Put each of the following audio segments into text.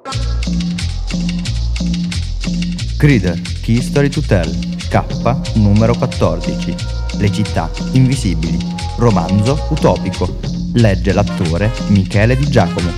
Crider, Key Story to Tell, K, numero 14. Le città invisibili. Romanzo utopico. Legge l'attore Michele Di Giacomo.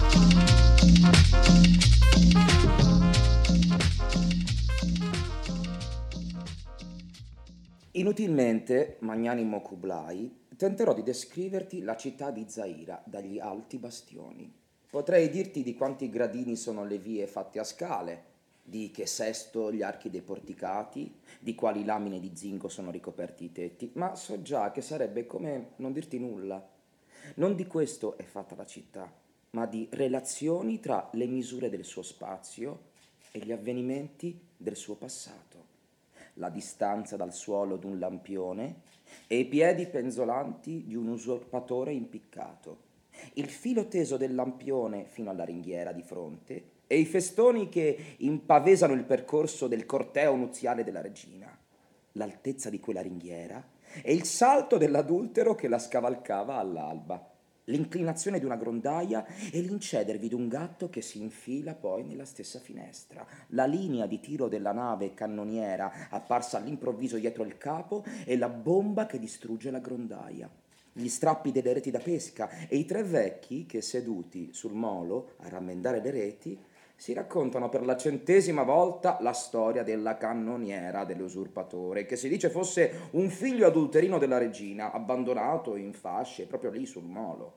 Inutilmente, magnanimo Kublai, tenterò di descriverti la città di Zaira dagli alti bastioni. Potrei dirti di quanti gradini sono le vie fatte a scale, di che sesto gli archi dei porticati, di quali lamine di zinco sono ricoperti i tetti, ma so già che sarebbe come non dirti nulla. Non di questo è fatta la città, ma di relazioni tra le misure del suo spazio e gli avvenimenti del suo passato. La distanza dal suolo d'un lampione e i piedi penzolanti di un usurpatore impiccato, il filo teso del lampione fino alla ringhiera di fronte e i festoni che impavesano il percorso del corteo nuziale della regina, l'altezza di quella ringhiera e il salto dell'adultero che la scavalcava all'alba, l'inclinazione di una grondaia e l'incedervi di un gatto che si infila poi nella stessa finestra, la linea di tiro della nave cannoniera apparsa all'improvviso dietro il capo e la bomba che distrugge la grondaia, gli strappi delle reti da pesca e i tre vecchi che seduti sul molo a rammendare le reti si raccontano per la 100ª volta la storia della cannoniera dell'usurpatore, che si dice fosse un figlio adulterino della regina, abbandonato in fasce proprio lì sul molo.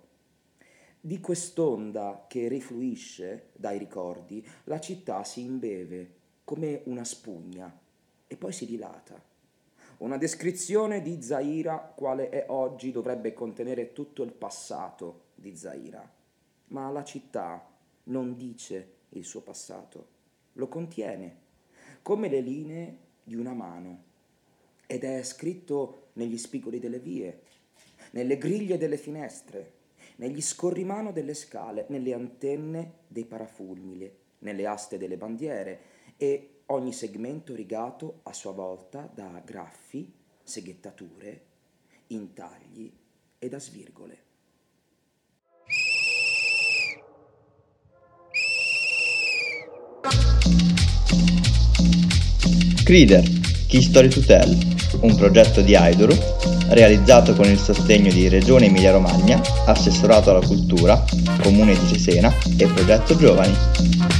Di quest'onda che rifluisce dai ricordi, la città si imbeve come una spugna e poi si dilata. Una descrizione di Zaira quale è oggi dovrebbe contenere tutto il passato di Zaira, ma la città non dice il suo passato, lo contiene, come le linee di una mano, ed è scritto negli spigoli delle vie, nelle griglie delle finestre, negli scorrimano delle scale, nelle antenne dei parafulmini, nelle aste delle bandiere, e ogni segmento rigato a sua volta da graffi, seghettature, intagli e da svirgole. Crider, Key Story to Tell, un progetto di Aiduru, realizzato con il sostegno di Regione Emilia-Romagna, Assessorato alla Cultura, Comune di Cesena e Progetto Giovani.